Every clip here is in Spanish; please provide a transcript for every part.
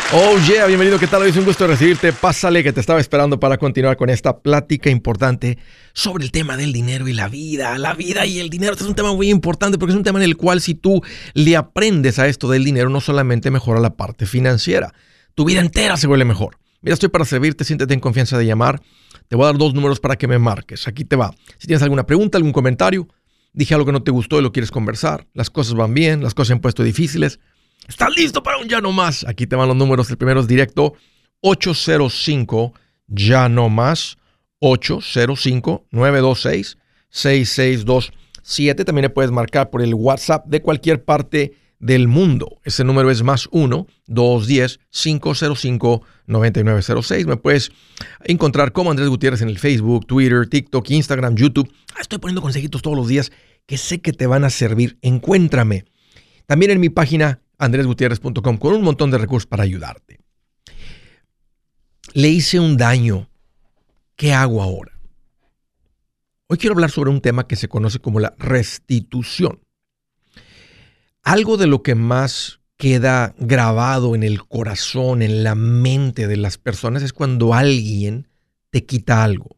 Oh yeah, bienvenido, ¿qué tal? Hoy es un gusto recibirte. Pásale que te estaba esperando para continuar con esta plática importante sobre el tema del dinero y la vida. La vida y el dinero, este es un tema muy importante porque es un tema en el cual si tú le aprendes a esto del dinero, no solamente mejora la parte financiera, tu vida entera se vuelve mejor. Mira, estoy para servirte, siéntete en confianza de llamar. Te voy a dar 2 números para que me marques. Aquí te va. Si tienes alguna pregunta, algún comentario, dije algo que no te gustó y lo quieres conversar, las cosas van bien, las cosas se han puesto difíciles, ¿estás listo para un ya no más? Aquí te van los números. El primero es directo 805 ya no más 805-926-6627. También le puedes marcar por el WhatsApp de cualquier parte del mundo. Ese número es más 1-210-505-9906. Me puedes encontrar como Andrés Gutiérrez en el Facebook, Twitter, TikTok, Instagram, YouTube. Estoy poniendo consejitos todos los días que sé que te van a servir. Encuéntrame. También en mi página andresgutierrez.com con un montón de recursos para ayudarte. Le hice un daño. ¿Qué hago ahora? Hoy quiero hablar sobre un tema que se conoce como la restitución. Algo de lo que más queda grabado en el corazón, en la mente de las personas es cuando alguien te quita algo.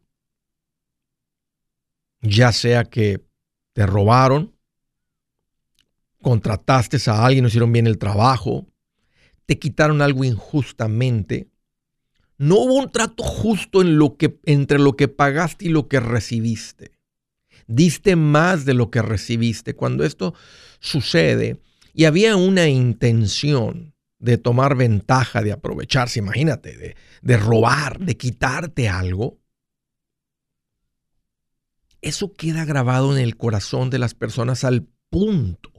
Ya sea que te robaron, contrataste a alguien, no hicieron bien el trabajo, te quitaron algo injustamente, no hubo un trato justo entre lo que pagaste y lo que recibiste. Diste más de lo que recibiste. Cuando esto sucede y había una intención de tomar ventaja, de aprovecharse, imagínate, de robar, de quitarte algo, eso queda grabado en el corazón de las personas al punto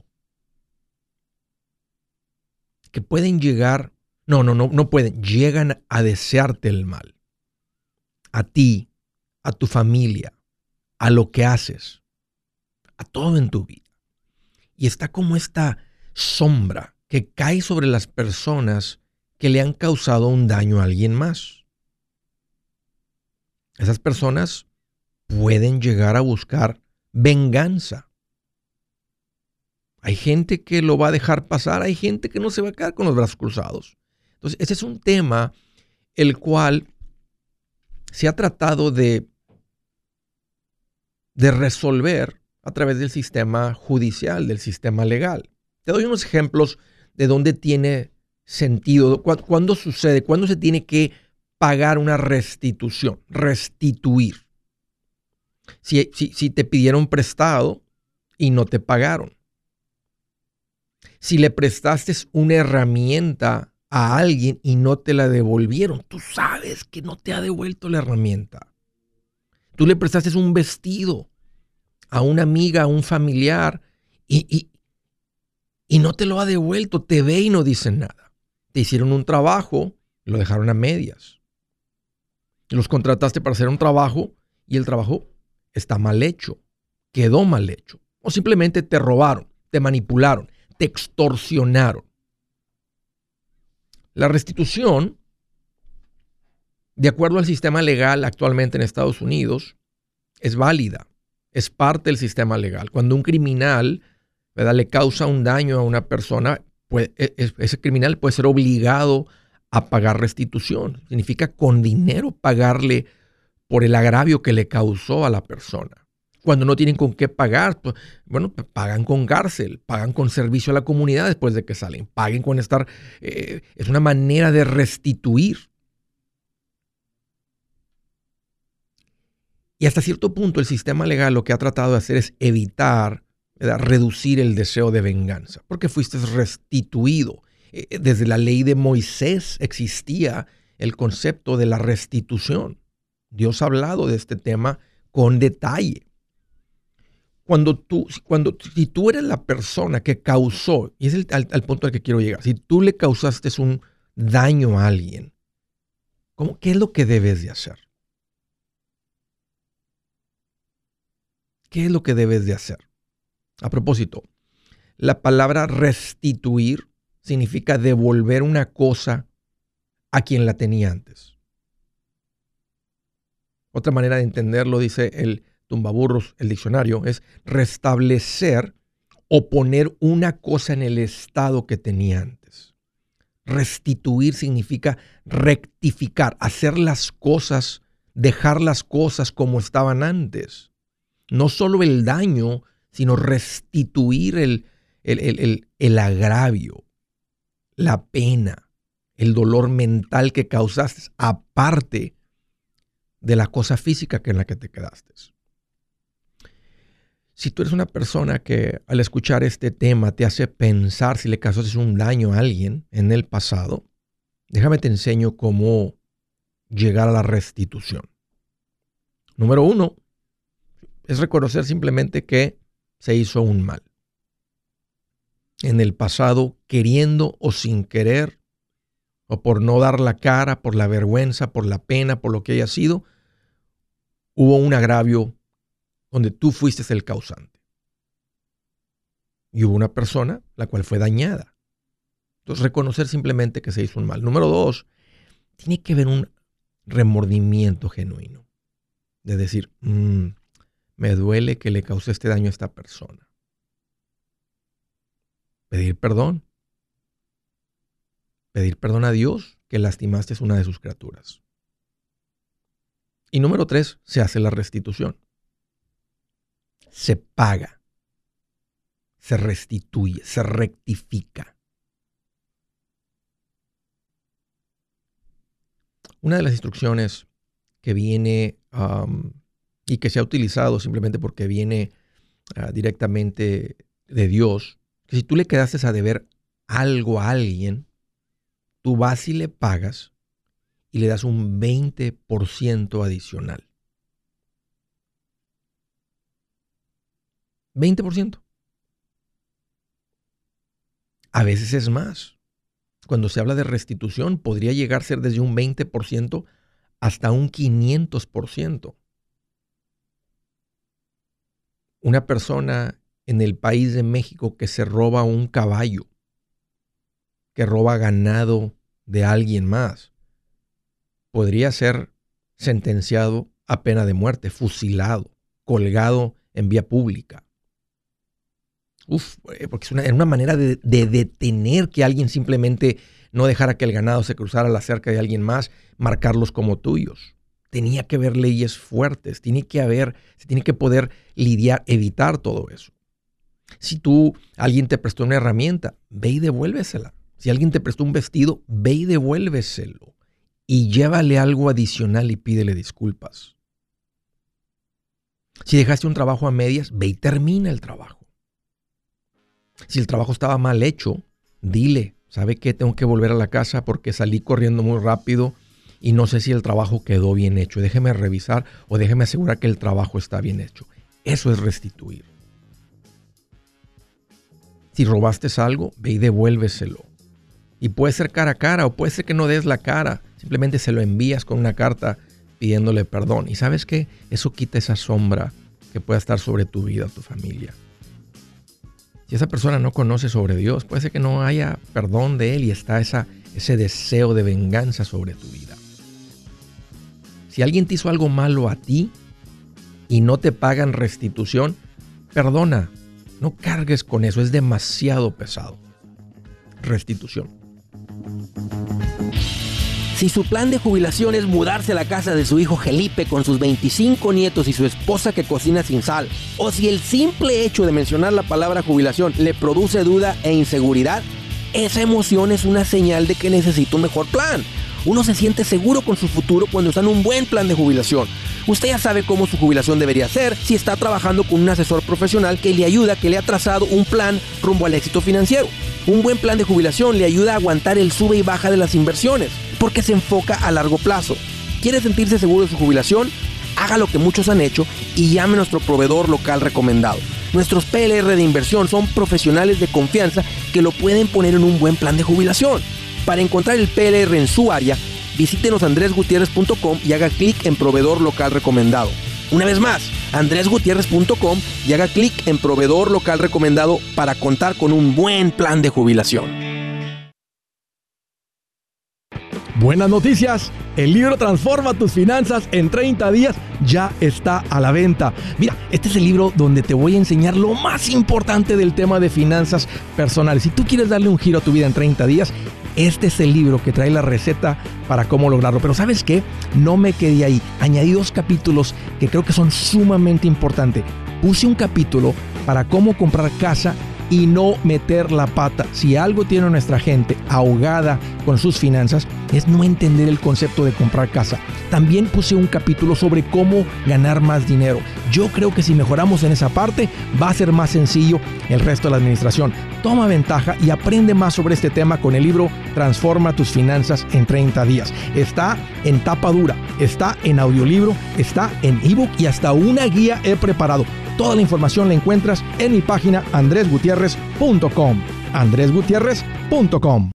que pueden llegar, no pueden, llegan a desearte el mal. A ti, a tu familia, a lo que haces, a todo en tu vida. Y está como esta sombra que cae sobre las personas que le han causado un daño a alguien más. Esas personas pueden llegar a buscar venganza. Hay gente que lo va a dejar pasar, hay gente que no se va a quedar con los brazos cruzados. Entonces, ese es un tema el cual se ha tratado de resolver a través del sistema judicial, del sistema legal. Te doy unos ejemplos de dónde tiene sentido, cuándo sucede, cuándo se tiene que pagar una restitución, restituir. Si te pidieron prestado y no te pagaron. Si le prestaste una herramienta a alguien y no te la devolvieron, tú sabes que no te ha devuelto la herramienta. Tú le prestaste un vestido a una amiga, a un familiar y no te lo ha devuelto, te ve y no dicen nada. Te hicieron un trabajo y lo dejaron a medias. Los contrataste para hacer un trabajo y el trabajo está mal hecho, quedó mal hecho. O simplemente te robaron, te manipularon, te extorsionaron. La restitución, de acuerdo al sistema legal actualmente en Estados Unidos, es válida, es parte del sistema legal. Cuando un criminal, ¿verdad?, le causa un daño a una persona, pues ese criminal puede ser obligado a pagar restitución. Significa con dinero pagarle por el agravio que le causó a la persona. Cuando no tienen con qué pagar, pues, bueno, pagan con cárcel, pagan con servicio a la comunidad después de que salen, paguen con estar, es una manera de restituir. Y hasta cierto punto el sistema legal lo que ha tratado de hacer es evitar, ¿verdad?, reducir el deseo de venganza, porque fuiste restituido. Desde la ley de Moisés existía el concepto de la restitución. Dios ha hablado de este tema con detalle. Si tú eres la persona que causó, y es al punto al que quiero llegar, si tú le causaste un daño a alguien, ¿qué es lo que debes de hacer? ¿Qué es lo que debes de hacer? A propósito, la palabra restituir significa devolver una cosa a quien la tenía antes. Otra manera de entenderlo, dice el tumbaburros, el diccionario, es restablecer o poner una cosa en el estado que tenía antes. Restituir significa rectificar, hacer las cosas, dejar las cosas como estaban antes. No solo el daño, sino restituir el agravio, la pena, el dolor mental que causaste, aparte de la cosa física en la que te quedaste. Si tú eres una persona que al escuchar este tema te hace pensar si le causaste un daño a alguien en el pasado, déjame te enseño cómo llegar a la restitución. Número 1 es reconocer simplemente que se hizo un mal. En el pasado, queriendo o sin querer, o por no dar la cara, por la vergüenza, por la pena, por lo que haya sido, hubo un agravio donde tú fuiste el causante. Y hubo una persona la cual fue dañada. Entonces, reconocer simplemente que se hizo un mal. Número 2, tiene que haber un remordimiento genuino. De decir, me duele que le causé este daño a esta persona. Pedir perdón. Pedir perdón a Dios que lastimaste una de sus criaturas. Y número 3, se hace la restitución. Se paga, se restituye, se rectifica. Una de las instrucciones que viene y que se ha utilizado simplemente porque viene directamente de Dios, que si tú le quedaste a deber algo a alguien, tú vas y le pagas y le das un 20% adicional. 20%. A veces es más. Cuando se habla de restitución, podría llegar a ser desde un 20% hasta un 500%. Una persona en el país de México que se roba un caballo, que roba ganado de alguien más, podría ser sentenciado a pena de muerte, fusilado, colgado en vía pública. Porque es una manera de detener que alguien simplemente no dejara que el ganado se cruzara la cerca de alguien más, marcarlos como tuyos. Tenía que haber leyes fuertes, se tiene que poder lidiar, evitar todo eso. Si alguien te prestó una herramienta, ve y devuélvesela. Si alguien te prestó un vestido, ve y devuélveselo. Y llévale algo adicional y pídele disculpas. Si dejaste un trabajo a medias, ve y termina el trabajo. Si el trabajo estaba mal hecho, dile, ¿sabe qué? Tengo que volver a la casa porque salí corriendo muy rápido y no sé si el trabajo quedó bien hecho. Déjeme revisar o déjeme asegurar que el trabajo está bien hecho. Eso es restituir. Si robaste algo, ve y devuélveselo. Y puede ser cara a cara o puede ser que no des la cara. Simplemente se lo envías con una carta pidiéndole perdón. ¿Y sabes qué? Eso quita esa sombra que pueda estar sobre tu vida, tu familia. Si esa persona no conoce sobre Dios, puede ser que no haya perdón de Él y está ese deseo de venganza sobre tu vida. Si alguien te hizo algo malo a ti y no te pagan restitución, perdona. No cargues con eso, es demasiado pesado. Restitución. Si su plan de jubilación es mudarse a la casa de su hijo Felipe con sus 25 nietos y su esposa que cocina sin sal, o si el simple hecho de mencionar la palabra jubilación le produce duda e inseguridad, esa emoción es una señal de que necesita un mejor plan. Uno se siente seguro con su futuro cuando está en un buen plan de jubilación. Usted ya sabe cómo su jubilación debería ser si está trabajando con un asesor profesional que le ayuda, que le ha trazado un plan rumbo al éxito financiero. Un buen plan de jubilación le ayuda a aguantar el sube y baja de las inversiones, porque se enfoca a largo plazo. ¿Quiere sentirse seguro de su jubilación? Haga lo que muchos han hecho y llame a nuestro proveedor local recomendado. Nuestros PLR de inversión son profesionales de confianza que lo pueden poner en un buen plan de jubilación. Para encontrar el PLR en su área, visítenos andresgutierrez.com y haga clic en proveedor local recomendado. Una vez más, andresgutierrez.com y haga clic en proveedor local recomendado para contar con un buen plan de jubilación. Buenas noticias, el libro Transforma tus finanzas en 30 días ya está a la venta. Mira, este es el libro donde te voy a enseñar lo más importante del tema de finanzas personales. Si tú quieres darle un giro a tu vida en 30 días, Este es el libro que trae la receta para cómo lograrlo. Pero ¿sabes qué? No me quedé ahí. Añadí 2 capítulos que creo que son sumamente importantes. Puse un capítulo para cómo comprar casa y no meter la pata. Si algo tiene nuestra gente ahogada con sus finanzas, es no entender el concepto de comprar casa. También puse un capítulo sobre cómo ganar más dinero. Yo creo que si mejoramos en esa parte, va a ser más sencillo el resto de la administración. Toma ventaja y aprende más sobre este tema con el libro Transforma tus finanzas en 30 días. Está en tapa dura, está en audiolibro, está en ebook y hasta una guía he preparado. Toda la información la encuentras en mi página andresgutierrez.com. andresgutierrez.com.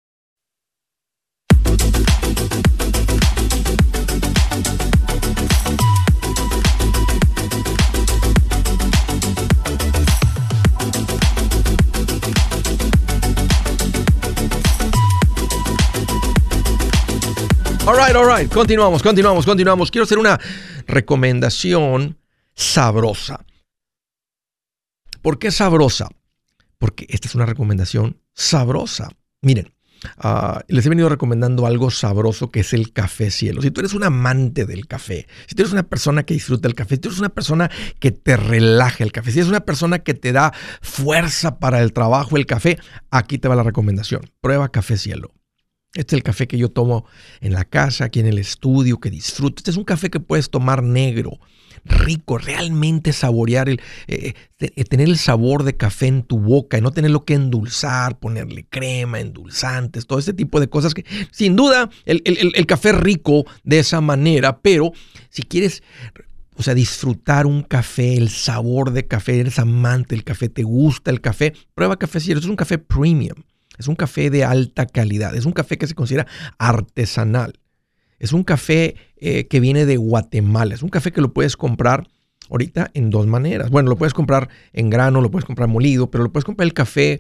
All right. Continuamos. Quiero hacer una recomendación sabrosa. ¿Por qué sabrosa? Porque esta es una recomendación sabrosa. Miren, les he venido recomendando algo sabroso que es el Café Cielo. Si tú eres un amante del café, si tú eres una persona que disfruta el café, si tú eres una persona que te relaja el café, si eres una persona que te da fuerza para el trabajo, el café, aquí te va la recomendación. Prueba Café Cielo. Este es el café que yo tomo en la casa, aquí en el estudio, que disfruto. Este es un café que puedes tomar negro, rico, realmente saborear, tener el sabor de café en tu boca y no tenerlo que endulzar, ponerle crema, endulzantes, todo ese tipo de cosas que sin duda el café es rico de esa manera, pero si quieres disfrutar un café, el sabor de café, eres amante del café, te gusta el café, prueba Café Cielo. Es un café premium, es un café de alta calidad, es un café que se considera artesanal. Es un café que viene de Guatemala. Es un café que lo puedes comprar ahorita en 2 maneras. Bueno, lo puedes comprar en grano, lo puedes comprar molido, pero lo puedes comprar el café,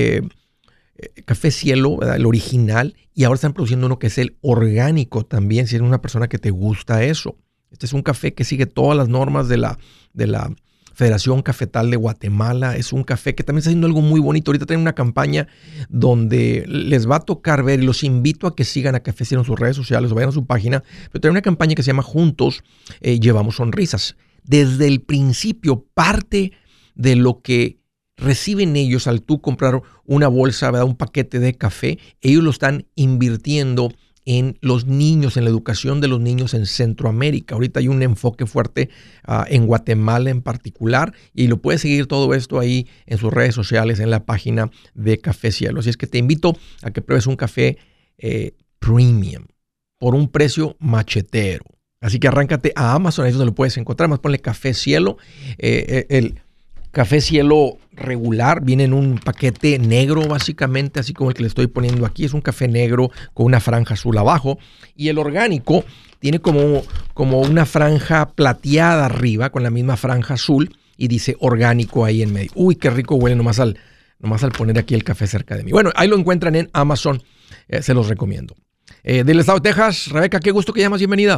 Café Cielo, ¿verdad? El original. Y ahora están produciendo uno que es el orgánico también, si eres una persona que te gusta eso. Este es un café que sigue todas las normas de la Federación Cafetal de Guatemala. Es un café que también está haciendo algo muy bonito. Ahorita tienen una campaña donde les va a tocar ver, y los invito a que sigan a Café Cielo en sus redes sociales o vayan a su página, pero tienen una campaña que se llama Juntos Llevamos Sonrisas. Desde el principio, parte de lo que reciben ellos al tú comprar una bolsa, ¿verdad? Un paquete de café, ellos lo están invirtiendo en los niños, en la educación de los niños en Centroamérica. Ahorita hay un enfoque fuerte en Guatemala en particular, y lo puedes seguir todo esto ahí en sus redes sociales, en la página de Café Cielo. Así es que te invito a que pruebes un café premium por un precio machetero. Así que arráncate a Amazon, ahí es donde lo puedes encontrar. Más ponle Café Cielo. El Café Cielo regular viene en un paquete negro básicamente, así como el que le estoy poniendo aquí. Es un café negro con una franja azul abajo. Y el orgánico tiene como una franja plateada arriba con la misma franja azul y dice orgánico ahí en medio. Uy, qué rico huele nomás al poner aquí el café cerca de mí. Bueno, ahí lo encuentran en Amazon. Se los recomiendo. Del estado de Texas, Rebeca, qué gusto que llamas. Bienvenida.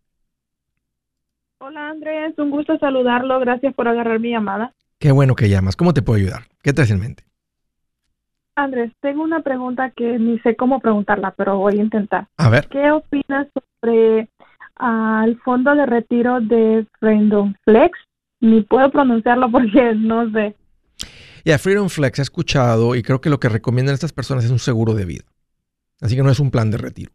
Hola Andrés, un gusto saludarlo. Gracias por agarrar mi llamada. Qué bueno que llamas. ¿Cómo te puedo ayudar? ¿Qué traes en mente? Andrés, tengo una pregunta que ni sé cómo preguntarla, pero voy a intentar. A ver. ¿Qué opinas sobre el fondo de retiro de Freedom Flex? Ni puedo pronunciarlo porque no sé. Freedom Flex he escuchado y creo que lo que recomiendan estas personas es un seguro de vida. Así que no es un plan de retiro.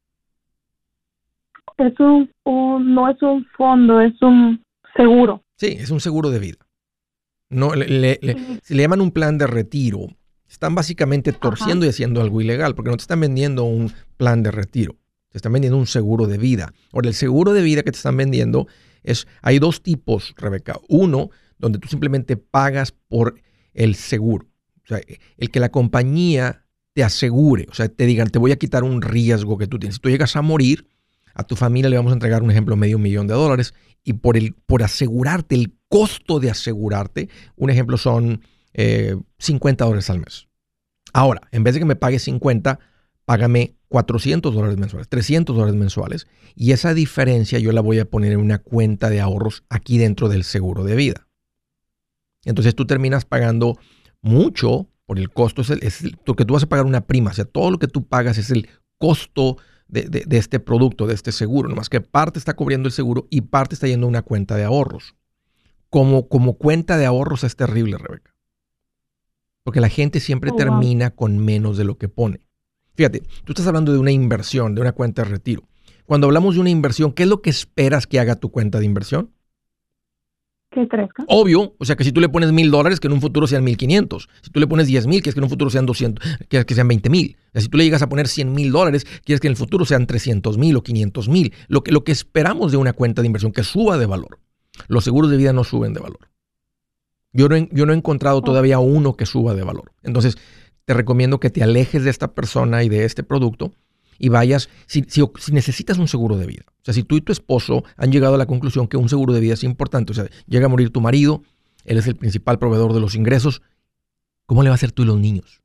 Es no es un fondo, es un seguro. Sí, es un seguro de vida. No, si le llaman un plan de retiro, están básicamente torciendo y haciendo algo ilegal, porque no te están vendiendo un plan de retiro, te están vendiendo un seguro de vida. Ahora, el seguro de vida que te están vendiendo hay 2 tipos, Rebeca. Uno, donde tú simplemente pagas por el seguro. O sea, el que la compañía te asegure, o sea, te digan, te voy a quitar un riesgo que tú tienes. Si tú llegas a morir, a tu familia le vamos a entregar, un ejemplo, $500,000, y por asegurarte, el costo de asegurarte, un ejemplo son $50 al mes. Ahora, en vez de que me pagues 50, págame $400 mensuales, $300 mensuales, y esa diferencia yo la voy a poner en una cuenta de ahorros aquí dentro del seguro de vida. Entonces tú terminas pagando mucho por el costo, porque tú vas a pagar una prima. O sea, todo lo que tú pagas es el costo de este producto, de este seguro. Nomás que parte está cubriendo el seguro y parte está yendo a una cuenta de ahorros. Como cuenta de ahorros es terrible, Rebeca. Porque la gente siempre termina con menos de lo que pone. Fíjate, tú estás hablando de una inversión, de una cuenta de retiro. Cuando hablamos de una inversión, ¿qué es lo que esperas que haga tu cuenta de inversión? Que crezca. Obvio, o sea que si tú le pones $1,000, que en un futuro sean 1,500. Si tú le pones 10,000, que es que en un futuro sean 200, que sean 20,000. O sea, si tú le llegas a poner $100,000, quieres que en el futuro sean 300,000 o 500,000. Lo que esperamos de una cuenta de inversión, que suba de valor. Los seguros de vida no suben de valor. Yo no he encontrado todavía uno que suba de valor. Entonces, te recomiendo que te alejes de esta persona y de este producto y vayas, si necesitas un seguro de vida. O sea, si tú y tu esposo han llegado a la conclusión que un seguro de vida es importante, o sea, llega a morir tu marido, él es el principal proveedor de los ingresos, ¿cómo le va a hacer tú y los niños?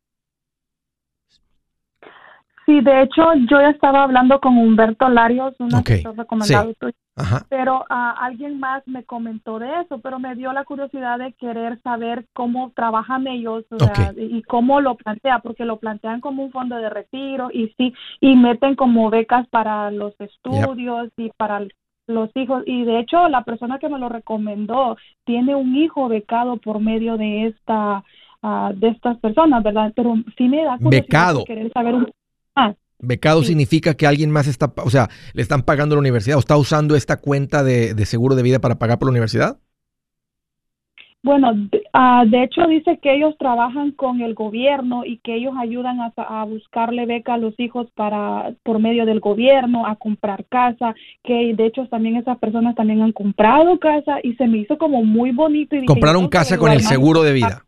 Sí, de hecho, yo ya estaba hablando con Humberto Larios, un asesor recomendado tuyo, pero alguien más me comentó de eso, pero me dio la curiosidad de querer saber cómo trabajan ellos, o sea, y cómo lo plantea, porque lo plantean como un fondo de retiro y sí, y meten como becas para los estudios y para los hijos, y de hecho la persona que me lo recomendó tiene un hijo becado por medio de estas personas, ¿verdad? Pero sí me da curiosidad de querer saber un poco más. Becado significa que alguien más está, o sea, le están pagando la universidad o está usando esta cuenta de seguro de vida para pagar por la universidad. Bueno, de hecho dice que ellos trabajan con el gobierno y que ellos ayudan a buscarle beca a los hijos por medio del gobierno, a comprar casa, que de hecho también esas personas también han comprado casa y se me hizo como muy bonito. Y ¿compraron casa con el seguro de vida?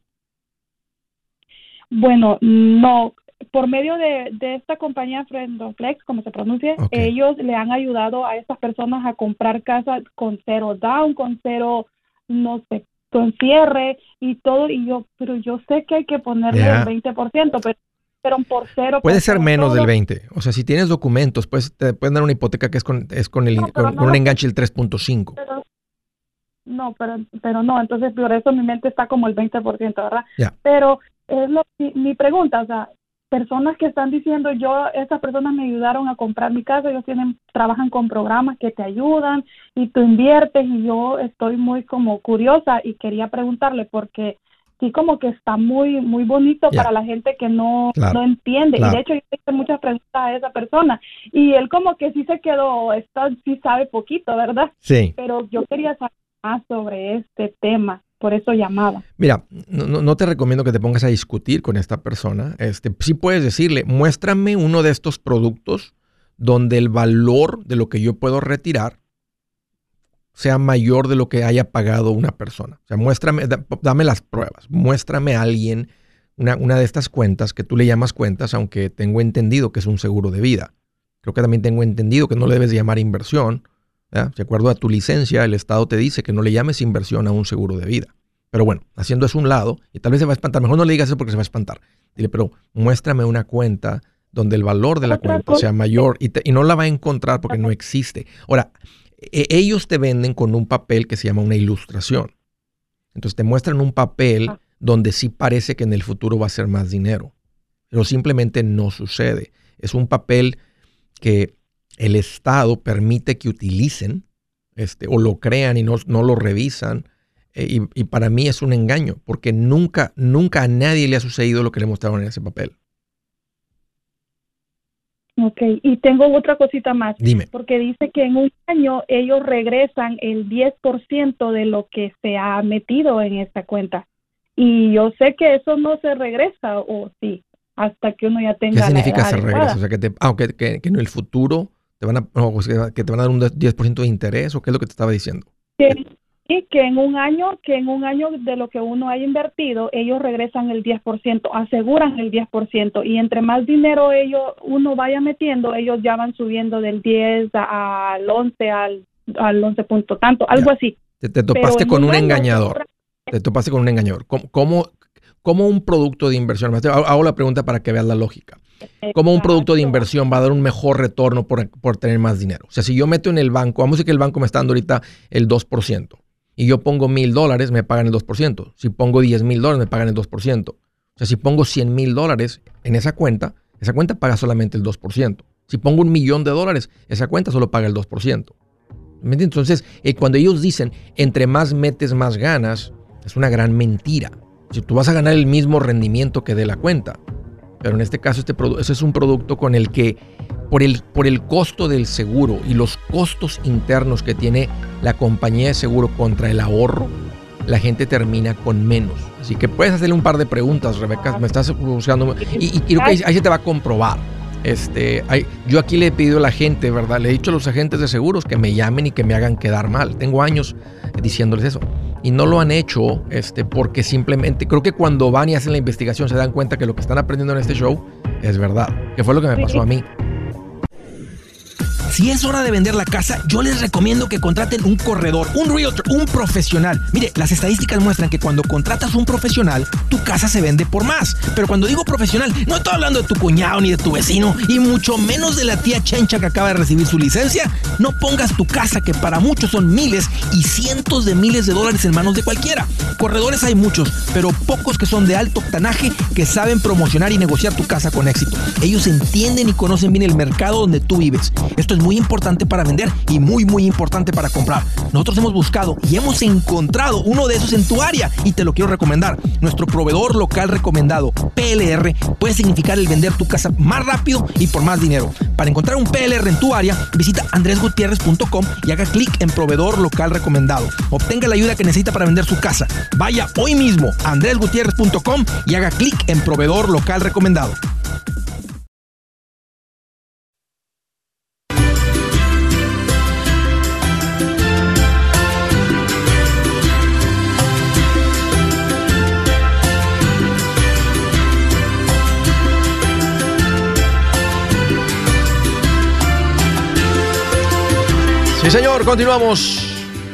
Bueno, no. Por medio de esta compañía Frendoflex, como se pronuncia, ellos le han ayudado a estas personas a comprar casas con cero down, con cero, no sé, con cierre y todo. Pero yo sé que hay que ponerle el 20%, pero por cero. Puede ser menos del 20%. O sea, si tienes documentos, pues te pueden dar una hipoteca que es con un enganche del 3.5%. Pero no, entonces por eso mi mente está como el 20%, ¿verdad? Yeah. Pero es mi pregunta, o sea, personas que están diciendo, esas personas me ayudaron a comprar mi casa, ellos trabajan con programas que te ayudan y tú inviertes, y yo estoy muy como curiosa y quería preguntarle porque sí, como que está muy muy bonito para la gente que no entiende. Y de hecho yo hice muchas preguntas a esa persona y él como que sí se quedó, sí sabe poquito, ¿verdad? Sí. Pero yo quería saber más sobre este tema. Por eso llamaba. Mira, no te recomiendo que te pongas a discutir con esta persona. Sí puedes decirle, muéstrame uno de estos productos donde el valor de lo que yo puedo retirar sea mayor de lo que haya pagado una persona. O sea, dame las pruebas. Muéstrame a alguien una de estas cuentas que tú le llamas cuentas, aunque tengo entendido que es un seguro de vida. Creo que también tengo entendido que no le debes llamar inversión. De acuerdo a tu licencia, el Estado te dice que no le llames inversión a un seguro de vida. Pero bueno, haciendo eso a un lado, y tal vez se va a espantar. Mejor no le digas eso porque se va a espantar. Dile, pero muéstrame una cuenta donde el valor de la cuenta sea mayor y no la va a encontrar porque no existe. Ahora, ellos te venden con un papel que se llama una ilustración. Entonces te muestran un papel donde sí parece que en el futuro va a ser más dinero. Pero simplemente no sucede. Es un papel que el Estado permite que utilicen o lo crean y no lo revisan. Y para mí es un engaño, porque nunca a nadie le ha sucedido lo que le mostraron en ese papel. Ok, y tengo otra cosita más. Dime. Porque dice que en un año ellos regresan el 10% de lo que se ha metido en esta cuenta. Y yo sé que eso no se regresa, o sí, hasta que uno ya tenga la edad. ¿Qué significa se regresa? O sea, que en el futuro te van a dar un 10% de interés, ¿o qué es lo que te estaba diciendo? Sí, que en un año de lo que uno haya invertido, ellos regresan el 10%, aseguran el 10%, y entre más dinero uno vaya metiendo, ellos ya van subiendo del 10 al 11, al 11 punto tanto, algo así. Te topaste con un engañador. Te topaste con un engañador. ¿Cómo un producto de inversión? Hago la pregunta para que veas la lógica. ¿Cómo un producto de inversión va a dar un mejor retorno por tener más dinero? O sea, si yo meto en el banco, vamos a decir que el banco me está dando ahorita el 2%. Y yo pongo $1,000, me pagan el 2%. Si pongo $10,000, me pagan el 2%. O sea, si pongo $100,000 en esa cuenta paga solamente el 2%. Si pongo $1,000,000, esa cuenta solo paga el 2%. ¿Me entiendes? Entonces, cuando ellos dicen, entre más metes, más ganas, es una gran mentira. Si tú vas a ganar el mismo rendimiento que de la cuenta. Pero en este caso, ese es un producto con el que, por el costo del seguro y los costos internos que tiene la compañía de seguro contra el ahorro, la gente termina con menos. Así que puedes hacerle un par de preguntas, Rebeca. Me estás buscando. Y creo que ahí se te va a comprobar. Yo aquí le he pedido a la gente, ¿verdad? Le he dicho a los agentes de seguros que me llamen y que me hagan quedar mal. Tengo años diciéndoles eso. Y no lo han hecho porque simplemente creo que cuando van y hacen la investigación se dan cuenta que lo que están aprendiendo en este show es verdad. Que fue lo que me pasó a mí. Si es hora de vender la casa, yo les recomiendo que contraten un corredor, un realtor, un profesional. Mire, las estadísticas muestran que cuando contratas un profesional, tu casa se vende por más. Pero cuando digo profesional, no estoy hablando de tu cuñado ni de tu vecino, y mucho menos de la tía Chencha que acaba de recibir su licencia. No pongas tu casa, que para muchos son miles y cientos de miles de dólares, en manos de cualquiera. Corredores hay muchos, pero pocos que son de alto octanaje, que saben promocionar y negociar tu casa con éxito. Ellos entienden y conocen bien el mercado donde tú vives. Esto es muy importante para vender y muy, muy importante para comprar. Nosotros hemos buscado y hemos encontrado uno de esos en tu área y te lo quiero recomendar. Nuestro proveedor local recomendado, PLR, puede significar el vender tu casa más rápido y por más dinero. Para encontrar un PLR en tu área, visita andresgutierrez.com y haga clic en proveedor local recomendado. Obtenga la ayuda que necesita para vender su casa. Vaya hoy mismo a andresgutierrez.com y haga clic en proveedor local recomendado. Sí, señor, continuamos.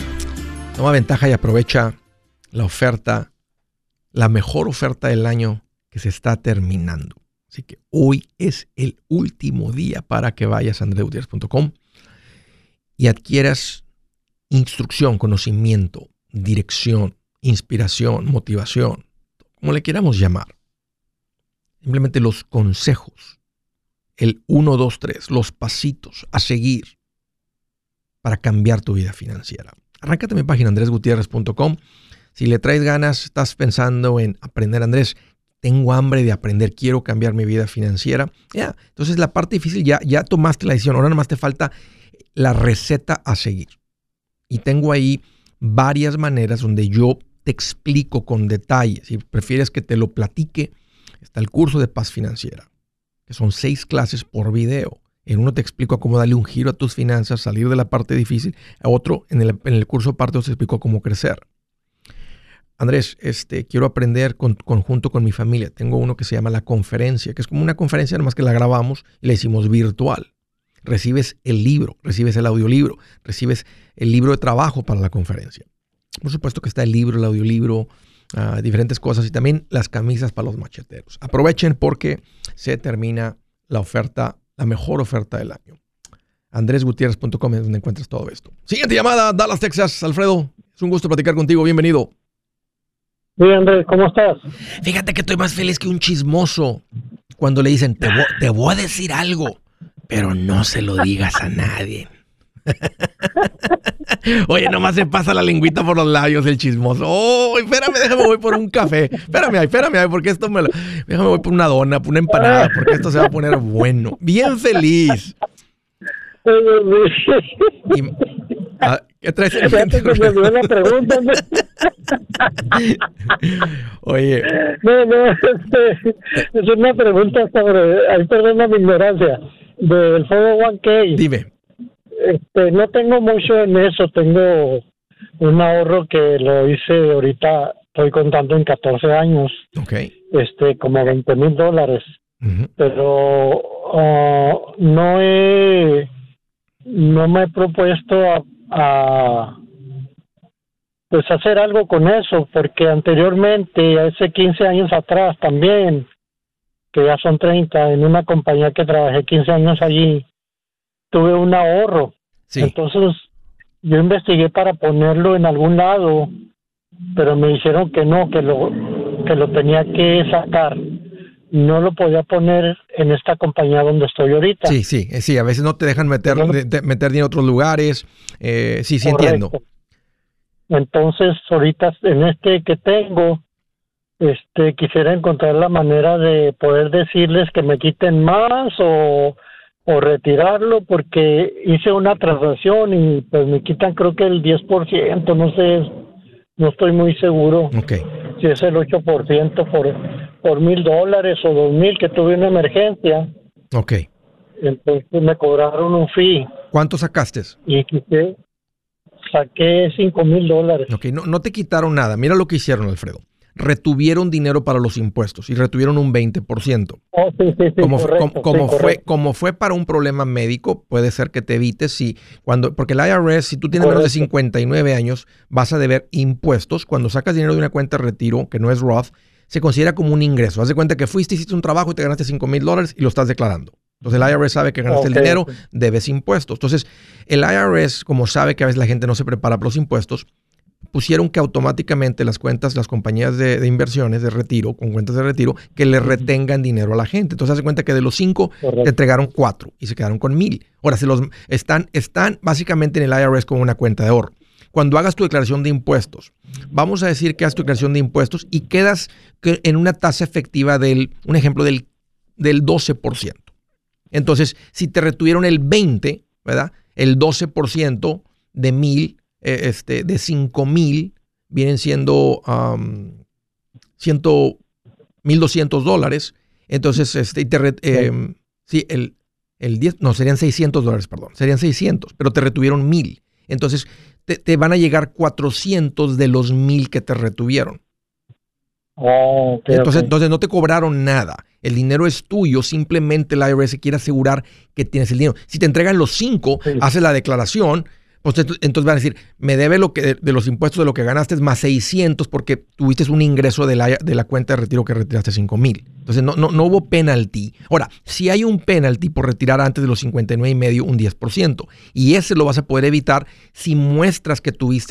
Toma ventaja y aprovecha la oferta, la mejor oferta del año que se está terminando. Así que hoy es el último día para que vayas a andresgutierrez.com y adquieras instrucción, conocimiento, dirección, inspiración, motivación, como le queramos llamar. Simplemente los consejos, el 1, 2, 3, los pasitos a seguir para cambiar tu vida financiera. Arráncate mi página andresgutierrez.com. Si le traes ganas, estás pensando en aprender, Andrés, tengo hambre de aprender, quiero cambiar mi vida financiera. Entonces la parte difícil ya tomaste la decisión, ahora nomás te falta la receta a seguir. Y tengo ahí varias maneras donde yo te explico con detalle. Si prefieres que te lo platique, está el curso de paz financiera, que son 6 clases por video. En uno te explico cómo darle un giro a tus finanzas, salir de la parte difícil. A otro, en el curso aparte, te explico cómo crecer. Andrés, quiero aprender conjunto con mi familia. Tengo uno que se llama La Conferencia, que es como una conferencia, nomás que la grabamos y la hicimos virtual. Recibes el libro, recibes el audiolibro, recibes el libro de trabajo para la conferencia. Por supuesto que está el libro, el audiolibro, diferentes cosas y también las camisas para los macheteros. Aprovechen porque se termina la oferta, la mejor oferta del año. andresgutierrez.com es donde encuentras todo esto. Siguiente llamada, Dallas, Texas. Alfredo, es un gusto platicar contigo. Bienvenido. Sí, Andrés, ¿cómo estás? Fíjate que estoy más feliz que un chismoso cuando le dicen, te voy a decir algo, pero no se lo digas a nadie. Oye, nomás se pasa la lengüita por los labios el chismoso. Oh, espérame, déjame voy por un café. Espérame ahí, porque déjame voy por una dona, por una empanada, porque esto se va a poner bueno. Bien feliz. ¿Qué traes en mente? Una pregunta, ¿no? Oye. No, es una pregunta sobre, ahí perdona mi ignorancia, del 401k. Dime. No tengo mucho en eso, tengo un ahorro que lo hice ahorita, estoy contando en 14 años, okay. Como $20,000, pero no me he propuesto a pues hacer algo con eso, porque anteriormente, hace 15 años atrás también, que ya son 30, en una compañía que trabajé 15 años allí, tuve un ahorro. Sí. Entonces yo investigué para ponerlo en algún lado, pero me dijeron que no, que que lo tenía que sacar, no lo podía poner en esta compañía donde estoy ahorita. Sí, a veces no te dejan meter dinero en otros lugares. Sí, Correcto. Entiendo. Entonces, ahorita en este que tengo, quisiera encontrar la manera de poder decirles que me quiten más o retirarlo, porque hice una transacción y pues me quitan creo que el 10%, no sé, no estoy muy seguro. Okay. Si es el 8% por $1,000 o $2,000 que tuve una emergencia. Okay. Entonces me cobraron un fee. ¿Cuánto sacaste? Y saqué $5,000. Okay, no te quitaron nada. Mira lo que hicieron, Alfredo. Retuvieron dinero para los impuestos y retuvieron un 20%. Oh, sí, Como fue para un problema médico, puede ser que te evites porque el IRS, si tú tienes menos de 59 años, vas a deber impuestos. Cuando sacas dinero de una cuenta de retiro, que no es Roth, se considera como un ingreso. Haz de cuenta que hiciste un trabajo y te ganaste $5,000 y lo estás declarando. Entonces el IRS sabe que ganaste el dinero, debes impuestos. Entonces el IRS, como sabe que a veces la gente no se prepara para los impuestos, pusieron que automáticamente las compañías de inversiones de retiro, con cuentas de retiro, que le retengan dinero a la gente. Entonces, haz de cuenta que de los 5, te entregaron 4 y se quedaron con 1,000. Ahora, están básicamente en el IRS como una cuenta de ahorro. Cuando hagas tu declaración de impuestos, vamos a decir que hagas tu declaración de impuestos y quedas en una tasa efectiva un ejemplo del 12%. Entonces, si te retuvieron el 20%, ¿verdad? El 12% de 1,000, de 5,000 vienen siendo $1,200. Entonces, el 10, no, serían $600, perdón. Serían 600, pero te retuvieron 1,000. Entonces, te van a llegar 400 de los 1,000 que te retuvieron. Entonces no te cobraron nada. El dinero es tuyo, simplemente el IRS quiere asegurar que tienes el dinero. Si te entregan los 5, haces la declaración, pues entonces van a decir, me debe de los impuestos de lo que ganaste más 600 porque tuviste un ingreso de la cuenta de retiro que retiraste 5,000. Entonces no hubo penalty. Ahora, si hay un penalty por retirar antes de los 59.5, un 10%. Y ese lo vas a poder evitar si muestras que tuviste,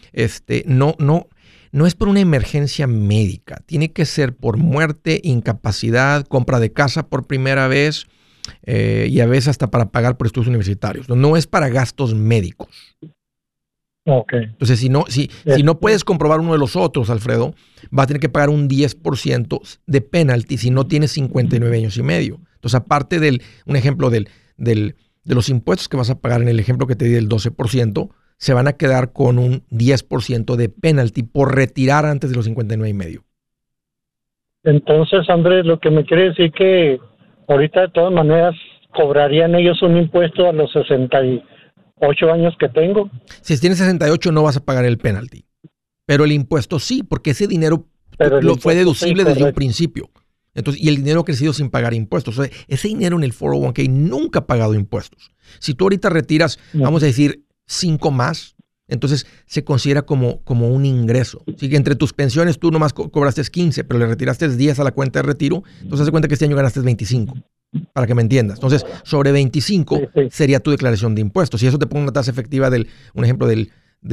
no es por una emergencia médica. Tiene que ser por muerte, incapacidad, compra de casa por primera vez, y a veces hasta para pagar por estudios universitarios. No es para gastos médicos. Okay. Entonces, si no puedes comprobar uno de los otros, Alfredo, vas a tener que pagar un 10% de penalty si no tienes 59 años y medio. Entonces, aparte un ejemplo de los impuestos que vas a pagar en el ejemplo que te di del 12%, se van a quedar con un 10% de penalty por retirar antes de los 59 y medio. Entonces, Andrés, lo que me quiere decir que ahorita de todas maneras cobrarían ellos un impuesto a los 68 años que tengo. Si tienes 68 no vas a pagar el penalty, pero el impuesto sí, porque ese dinero fue deducible desde un principio. Entonces, y el dinero ha crecido sin pagar impuestos. O sea, ese dinero en el 401k nunca ha pagado impuestos. Si tú ahorita retiras, vamos a decir, 5 más, entonces se considera como un ingreso. Así que entre tus pensiones tú nomás cobraste 15, pero le retiraste 10 a la cuenta de retiro, entonces haz de cuenta que este año ganaste 25, para que me entiendas. Entonces, sobre 25 sería tu declaración de impuestos. Si eso te pone una tasa efectiva un ejemplo del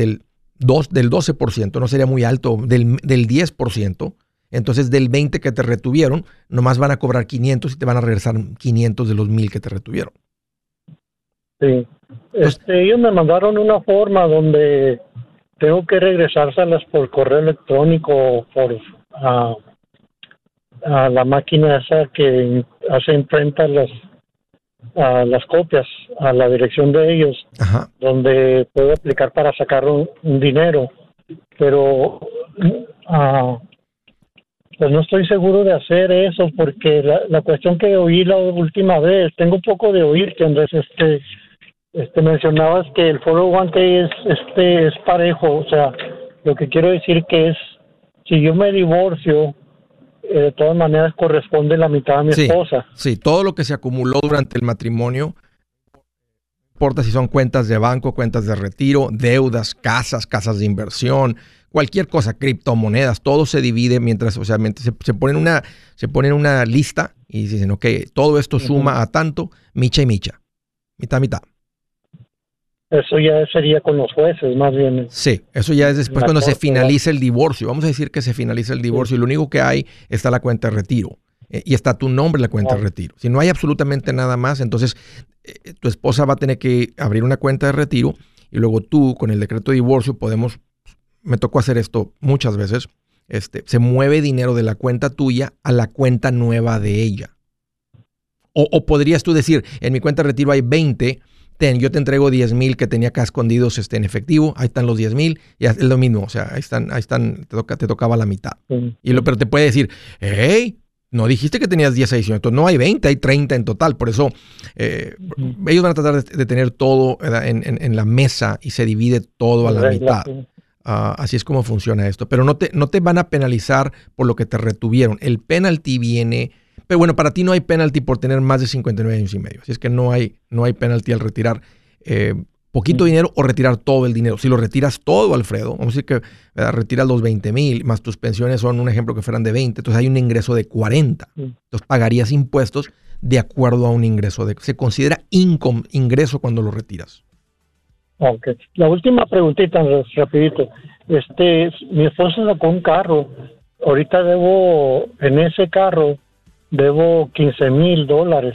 12%, no sería muy alto, del 10%, entonces del 20 que te retuvieron, nomás van a cobrar 500 y te van a regresar 500 de los 1,000 que te retuvieron. Sí. Ellos me mandaron una forma donde tengo que regresárselas por correo electrónico, por a la máquina esa que hace imprenta las copias a la dirección de ellos. Ajá. Donde puedo aplicar para sacar un dinero, pero pues no estoy seguro de hacer eso porque la cuestión que oí la última vez, tengo un poco de oír que Andrés, mencionabas que el 401k es parejo, o sea, lo que quiero decir que es, si yo me divorcio, de todas maneras corresponde la mitad a mi esposa. Sí, todo lo que se acumuló durante el matrimonio, no importa si son cuentas de banco, cuentas de retiro, deudas, casas de inversión, cualquier cosa, criptomonedas, todo se divide mientras, o sea, se ponen una lista y dicen, ok, todo esto suma a tanto, micha y micha, mitad. Eso ya sería con los jueces, más bien. Sí, eso ya es después cuando se finaliza el divorcio. Vamos a decir que se finaliza el divorcio y lo único que hay está la cuenta de retiro. Y está tu nombre en la cuenta de retiro. Si no hay absolutamente nada más, entonces tu esposa va a tener que abrir una cuenta de retiro y luego tú, con el decreto de divorcio, me tocó hacer esto muchas veces, se mueve dinero de la cuenta tuya a la cuenta nueva de ella. O podrías tú decir, en mi cuenta de retiro hay 20, yo te entrego 10,000 que tenía acá escondidos en efectivo, ahí están los 10,000, y es lo mismo, o sea, ahí están, te tocaba la mitad. Sí. Pero te puede decir, hey, no dijiste que tenías 10 adicionales, entonces no hay 20, hay 30 en total, por eso ellos van a tratar de tener todo en la mesa y se divide todo a la mitad. Así es como funciona esto, pero no te van a penalizar por lo que te retuvieron. El penalty viene... Pero bueno, para ti no hay penalty por tener más de 59 años y medio. Así es que no hay penalty al retirar poquito dinero o retirar todo el dinero. Si lo retiras todo, Alfredo, vamos a decir que retiras los 20,000, más tus pensiones son un ejemplo que fueran de 20, entonces hay un ingreso de 40. Entonces pagarías impuestos de acuerdo a un ingreso. Se considera ingreso cuando lo retiras. Ok. La última preguntita, rapidito. Mi esposa sacó un carro. Ahorita en ese carro, debo $15,000.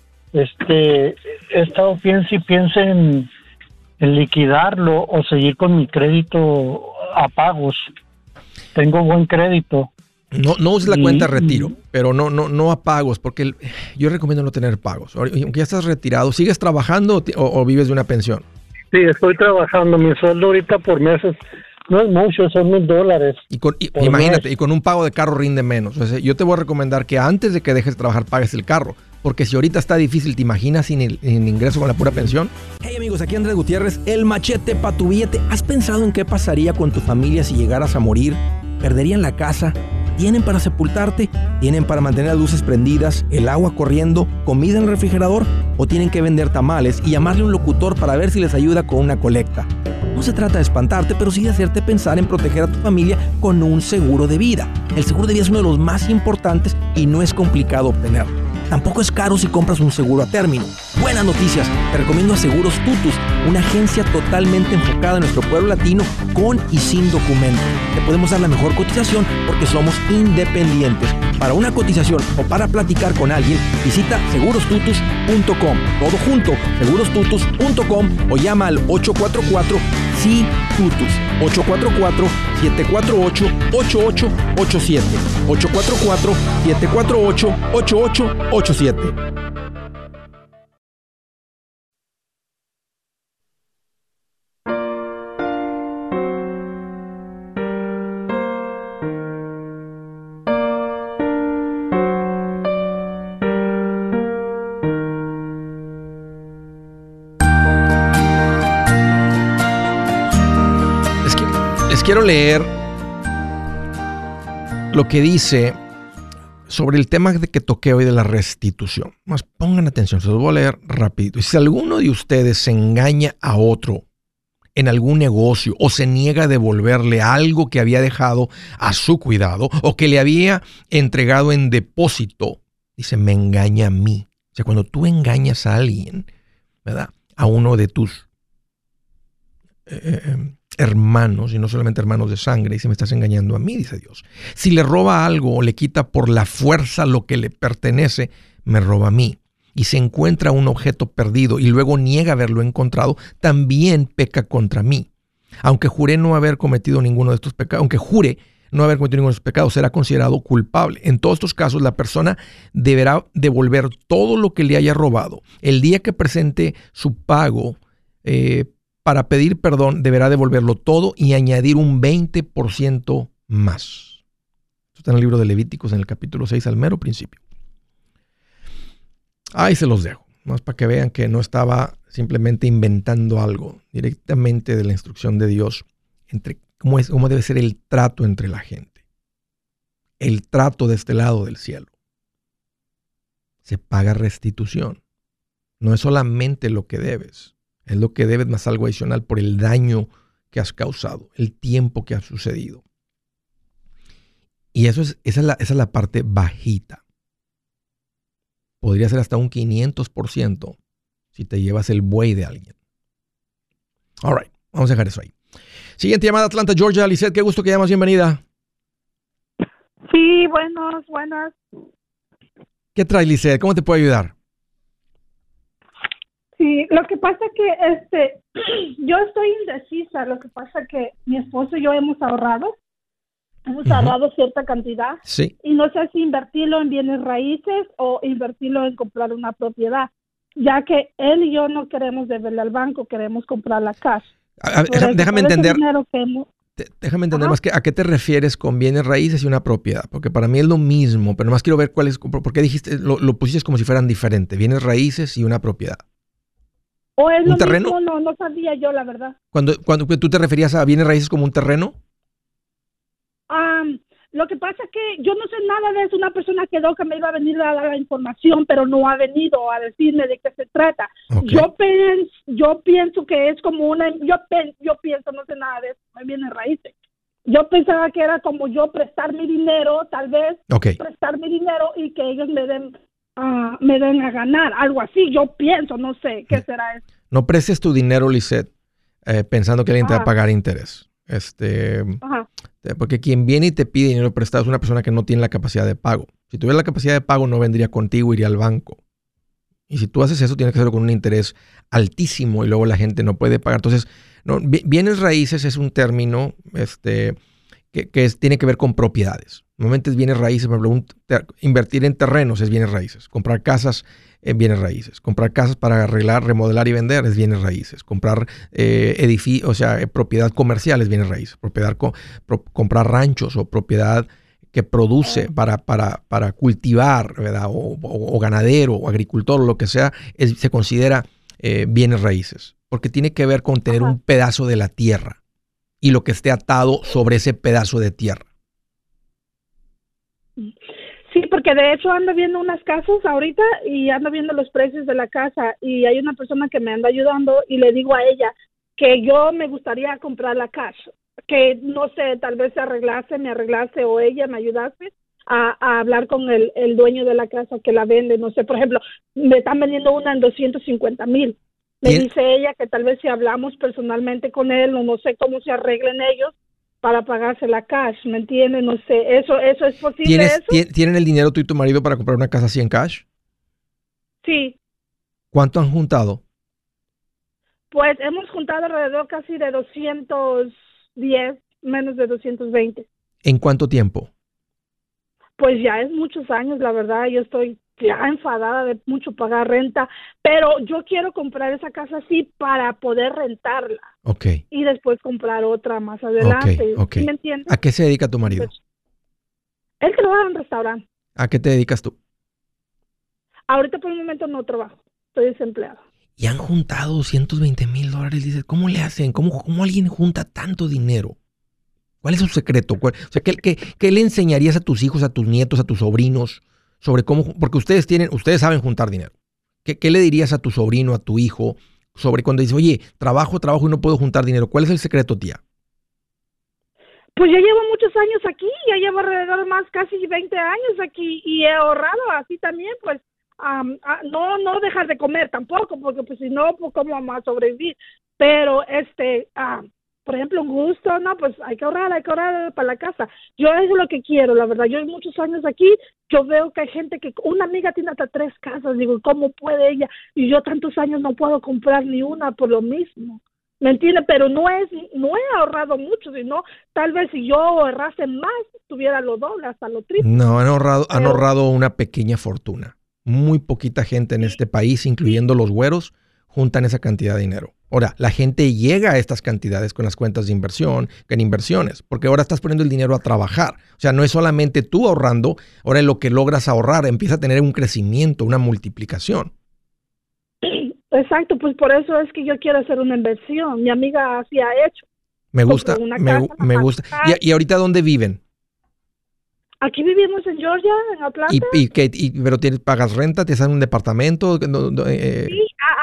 He estado piense en liquidarlo o seguir con mi crédito a pagos. Tengo buen crédito. No uses la cuenta de retiro, pero no a pagos, porque yo recomiendo no tener pagos. Aunque ya estás retirado, ¿sigues trabajando o vives de una pensión? Sí, estoy trabajando. Mi sueldo ahorita por meses no es mucho, son $1,000. Imagínate, y con un pago de carro rinde menos. O sea, yo te voy a recomendar que antes de que dejes de trabajar pagues el carro. Porque si ahorita está difícil, ¿te imaginas sin el ingreso con la pura pensión? Hey amigos, aquí Andrés Gutiérrez, el machete para tu billete. ¿Has pensado en qué pasaría con tu familia si llegaras a morir? ¿Perderían la casa? ¿Tienen para sepultarte? ¿Tienen para mantener las luces prendidas, el agua corriendo, comida en el refrigerador? ¿O tienen que vender tamales y llamarle a un locutor para ver si les ayuda con una colecta? No se trata de espantarte, pero sí de hacerte pensar en proteger a tu familia con un seguro de vida. El seguro de vida es uno de los más importantes y no es complicado obtenerlo. Tampoco es caro si compras un seguro a término. Buenas noticias, te recomiendo a Seguros Tutus, una agencia totalmente enfocada en nuestro pueblo latino con y sin documentos. Te podemos dar la mejor cotización porque somos independientes. Para una cotización o para platicar con alguien, visita segurostutus.com. Todo junto, segurostutus.com o llama al 844-SI-TUTUS. 844-748-8887. 844-748-8887. Quiero leer lo que dice sobre el tema que toqué hoy de la restitución. Más pongan atención, se los voy a leer rapidito. Si alguno de ustedes se engaña a otro en algún negocio o se niega a devolverle algo que había dejado a su cuidado o que le había entregado en depósito, dice, me engaña a mí. O sea, cuando tú engañas a alguien, ¿verdad? A uno de tus hermanos, y no solamente hermanos de sangre, y se me estás engañando a mí, dice Dios. Si le roba algo o le quita por la fuerza lo que le pertenece, me roba a mí. Y se encuentra un objeto perdido y luego niega haberlo encontrado, también peca contra mí. Aunque jure no haber cometido ninguno de estos pecados, será considerado culpable. En todos estos casos, la persona deberá devolver todo lo que le haya robado. El día que presente su pago, para pedir perdón, deberá devolverlo todo y añadir un 20% más. Esto está en el libro de Levíticos, en el capítulo 6, al mero principio. Ahí se los dejo, más para que vean que no estaba simplemente inventando algo, directamente de la instrucción de Dios, entre cómo debe ser el trato entre la gente. El trato de este lado del cielo. Se paga restitución. No es solamente lo que debes. Es lo que debes más algo adicional por el daño que has causado, el tiempo que ha sucedido. Y esa es la parte bajita. Podría ser hasta un 500% si te llevas el buey de alguien. All right, vamos a dejar eso ahí. Siguiente llamada, Atlanta, Georgia. Lisette, qué gusto que llamas, bienvenida. Sí, buenas. ¿Qué traes, Lisette? ¿Cómo te puedo ayudar? Sí, lo que pasa que yo estoy indecisa. Lo que pasa que mi esposo y yo hemos ahorrado cierta cantidad. Sí. Y no sé si invertirlo en bienes raíces o invertirlo en comprar una propiedad, ya que él y yo no queremos deberle al banco, queremos comprar la casa. Déjame entender. Déjame entender Ajá. más que a qué te refieres con bienes raíces y una propiedad, porque para mí es lo mismo, pero más quiero ver cuál es, por qué dijiste, lo pusiste como si fueran diferentes, bienes raíces y una propiedad. ¿O es ¿Un lo terreno? mismo? No sabía yo, la verdad. Cuando tú te referías a bienes raíces como un terreno. Lo que pasa es que yo no sé nada de eso. Una persona quedó que me iba a venir a dar la información, pero no ha venido a decirme de qué se trata. Okay. Yo pienso que es como yo pienso, no sé nada de eso, me viene raíces. Yo pensaba que era como yo prestar mi dinero, tal vez prestar mi dinero y que ellos me den a ganar, algo así. Yo pienso, no sé, ¿qué será eso? No prestes tu dinero, Lisette, pensando que alguien te va a pagar interés. Porque quien viene y te pide dinero prestado es una persona que no tiene la capacidad de pago. Si tuviera la capacidad de pago, no vendría contigo, iría al banco. Y si tú haces eso, tienes que hacerlo con un interés altísimo y luego la gente no puede pagar. Entonces, bienes raíces es un término tiene que ver con propiedades. Normalmente es bienes raíces, por ejemplo, invertir en terrenos es bienes raíces. Comprar casas en bienes raíces. Comprar casas para arreglar, remodelar y vender es bienes raíces. Comprar propiedad comercial es bienes raíces. Comprar ranchos o propiedad que produce para cultivar, ¿verdad? O ganadero o agricultor o lo que sea, se considera bienes raíces. Porque tiene que ver con tener un pedazo de la tierra y lo que esté atado sobre ese pedazo de tierra. Sí, porque de hecho ando viendo unas casas ahorita y ando viendo los precios de la casa y hay una persona que me anda ayudando y le digo a ella que yo me gustaría comprar la casa, que no sé, tal vez me arreglase o ella me ayudase a hablar con el dueño de la casa que la vende. No sé, por ejemplo, me están vendiendo una en 250,000. Me dice ella que tal vez si hablamos personalmente con él o no sé cómo se arreglen ellos para pagarse la cash, ¿me entiendes? No sé, ¿eso es posible? ¿Tienen el dinero tú y tu marido para comprar una casa así en cash? Sí. ¿Cuánto han juntado? Pues hemos juntado alrededor casi de 210, menos de 220. ¿En cuánto tiempo? Pues ya es muchos años, la verdad. Yo estoy ya enfadada de mucho pagar renta, pero yo quiero comprar esa casa así para poder rentarla. Okay. Y después comprar otra más adelante. Okay. ¿Sí me entiendes? ¿A qué se dedica tu marido? Pues, él trabaja en un restaurante. ¿A qué te dedicas tú? Ahorita por el momento no trabajo, estoy desempleado. Y han juntado $220,000. Dices, ¿cómo le hacen? ¿Cómo alguien junta tanto dinero? ¿Cuál es su secreto? O sea, ¿qué le enseñarías a tus hijos, a tus nietos, a tus sobrinos sobre cómo? Porque ustedes saben juntar dinero. ¿Qué le dirías a tu sobrino, a tu hijo, sobre cuando dice, oye, trabajo y no puedo juntar dinero? ¿Cuál es el secreto, tía? Pues yo llevo muchos años aquí, ya llevo alrededor más casi 20 años aquí y he ahorrado así también, pues no dejar de comer tampoco, porque pues si no, pues cómo vamos a sobrevivir. Pero por ejemplo, un gusto, no, pues hay que ahorrar para la casa. Yo es lo que quiero, la verdad. Yo en muchos años aquí, yo veo que hay gente una amiga tiene hasta 3 casas, digo, ¿cómo puede ella? Y yo tantos años no puedo comprar ni una por lo mismo. ¿Me entiendes? Pero no he ahorrado mucho, sino tal vez si yo ahorrase más, tuviera lo doble, hasta lo triple. No, han ahorrado una pequeña fortuna. Muy poquita gente en este país, incluyendo los güeros, juntan esa cantidad de dinero. Ahora, la gente llega a estas cantidades con las cuentas de inversión, en inversiones, porque ahora estás poniendo el dinero a trabajar. O sea, no es solamente tú ahorrando, ahora lo que logras ahorrar empieza a tener un crecimiento, una multiplicación. Exacto, pues por eso es que yo quiero hacer una inversión. Mi amiga así ha hecho. Me gusta, me gusta. ¿Y ahorita dónde viven? Aquí vivimos en Georgia, en Atlanta. ¿Pero pagas renta? ¿Te dan un departamento? Sí,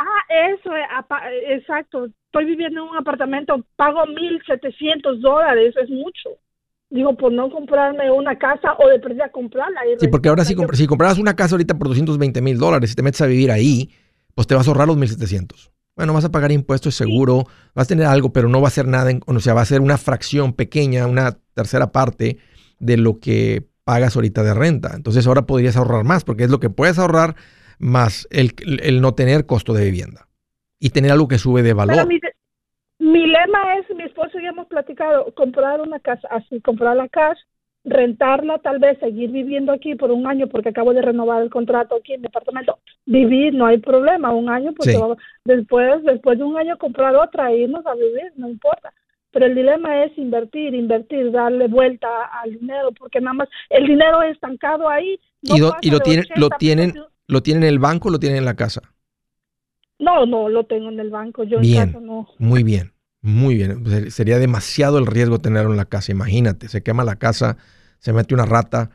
exacto. Estoy viviendo en un apartamento, pago $1,700, es mucho. Digo, por no comprarme una casa o de perdida comprarla. Sí, porque ahora si compraras una casa ahorita por $220,000 y te metes a vivir ahí, pues te vas a ahorrar los $1,700. Bueno, vas a pagar impuestos, seguro, vas a tener algo, pero no va a ser nada, o sea, va a ser una fracción pequeña, una tercera parte de lo que pagas ahorita de renta. Entonces ahora podrías ahorrar más, porque es lo que puedes ahorrar más el no tener costo de vivienda y tener algo que sube de valor. Pero mi lema es, mi esposo y yo hemos platicado, comprar una casa, así, comprar la casa, rentarla, tal vez seguir viviendo aquí por un año, porque acabo de renovar el contrato aquí en mi apartamento. Vivir, no hay problema, un año, porque después de un año comprar otra e irnos a vivir, no importa. Pero el dilema es invertir, darle vuelta al dinero, porque nada más el dinero estancado ahí. No ¿Y lo tienen en el banco o lo tienen en la casa? No, lo tengo en el banco. Yo bien, en casa no. Muy bien. Sería demasiado el riesgo tenerlo en la casa. Imagínate, se quema la casa, se mete una rata.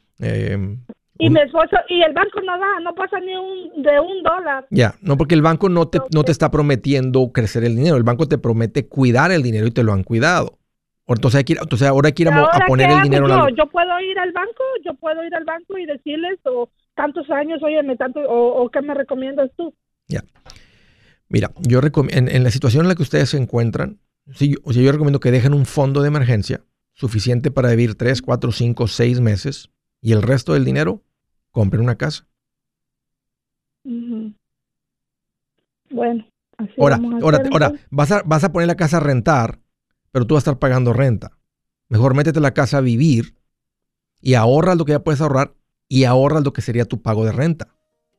Y mi esposo, y el banco no pasa ni de $1. Ya, no, porque el banco no te está prometiendo crecer el dinero. El banco te promete cuidar el dinero y te lo han cuidado. Entonces ahora hay que ir a poner el dinero. Yo puedo ir al banco y decirles, tantos años, óyeme, o ¿qué me recomiendas tú? Ya. Mira, yo recomiendo, en la situación en la que ustedes se encuentran, yo recomiendo que dejen un fondo de emergencia suficiente para vivir 3, 4, 5, 6 meses y el resto del dinero, compren una casa. Uh-huh. Bueno, así ahora, vas a poner la casa a rentar, pero tú vas a estar pagando renta. Mejor métete la casa a vivir y ahorras lo que ya puedes ahorrar y ahorras lo que sería tu pago de renta.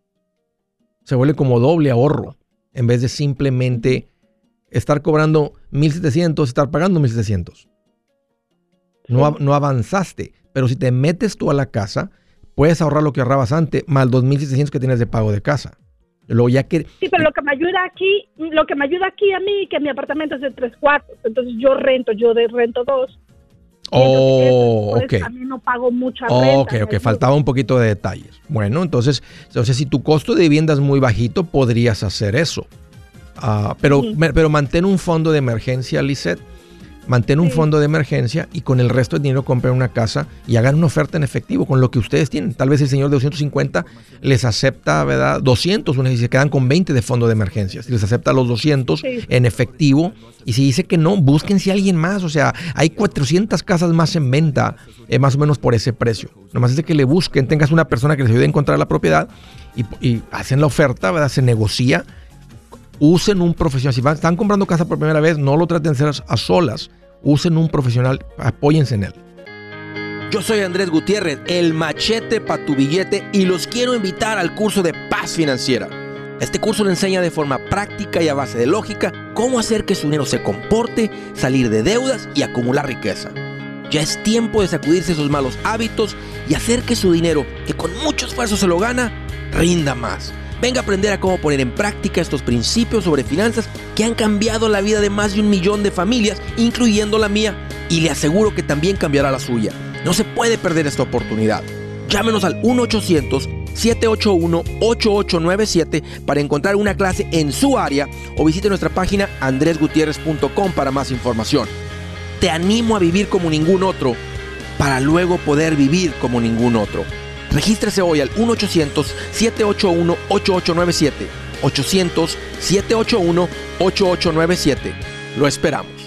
Se vuelve como doble ahorro. En vez de simplemente estar cobrando $1,700, estar pagando $1,700. No avanzaste. Pero si te metes tú a la casa, puedes ahorrar lo que ahorrabas antes, más los $1,700 que tienes de pago de casa. Sí, pero lo que me ayuda aquí a mí, que mi apartamento es de 3 cuartos. Entonces yo rento 2. Ok. A mí no pago mucha renta. Ok, faltaba un poquito de detalles. Bueno, entonces si tu costo de vivienda es muy bajito, podrías hacer eso. Pero mantén un fondo de emergencia, Lisette. Mantén un fondo de emergencia y con el resto del dinero compren una casa y hagan una oferta en efectivo con lo que ustedes tienen. Tal vez el señor de 250 les acepta, ¿verdad? 200, y se quedan con 20 de fondo de emergencia. Si les acepta los 200 en efectivo, y si dice que no, búsquense a alguien más. O sea, hay 400 casas más en venta, más o menos por ese precio. Nomás es de que le busquen, tengas una persona que les ayude a encontrar la propiedad y hacen la oferta, ¿verdad? Se negocia. Usen un profesional. Si están comprando casa por primera vez, no lo traten de hacer a solas. Usen un profesional, apóyense en él. Yo soy Andrés Gutiérrez, el machete para tu billete, y los quiero invitar al curso de Paz Financiera. Este curso le enseña de forma práctica y a base de lógica cómo hacer que su dinero se comporte, salir de deudas y acumular riqueza. Ya es tiempo de sacudirse esos malos hábitos y hacer que su dinero, que con mucho esfuerzo se lo gana, rinda más. Venga a aprender a cómo poner en práctica estos principios sobre finanzas que han cambiado la vida de más de 1 millón de familias, incluyendo la mía, y le aseguro que también cambiará la suya. No se puede perder esta oportunidad. Llámenos al 1-800-781-8897 para encontrar una clase en su área o visite nuestra página andresgutierrez.com para más información. Te animo a vivir como ningún otro para luego poder vivir como ningún otro. Regístrese hoy al 1-800-781-8897. 800-781-8897. Lo esperamos.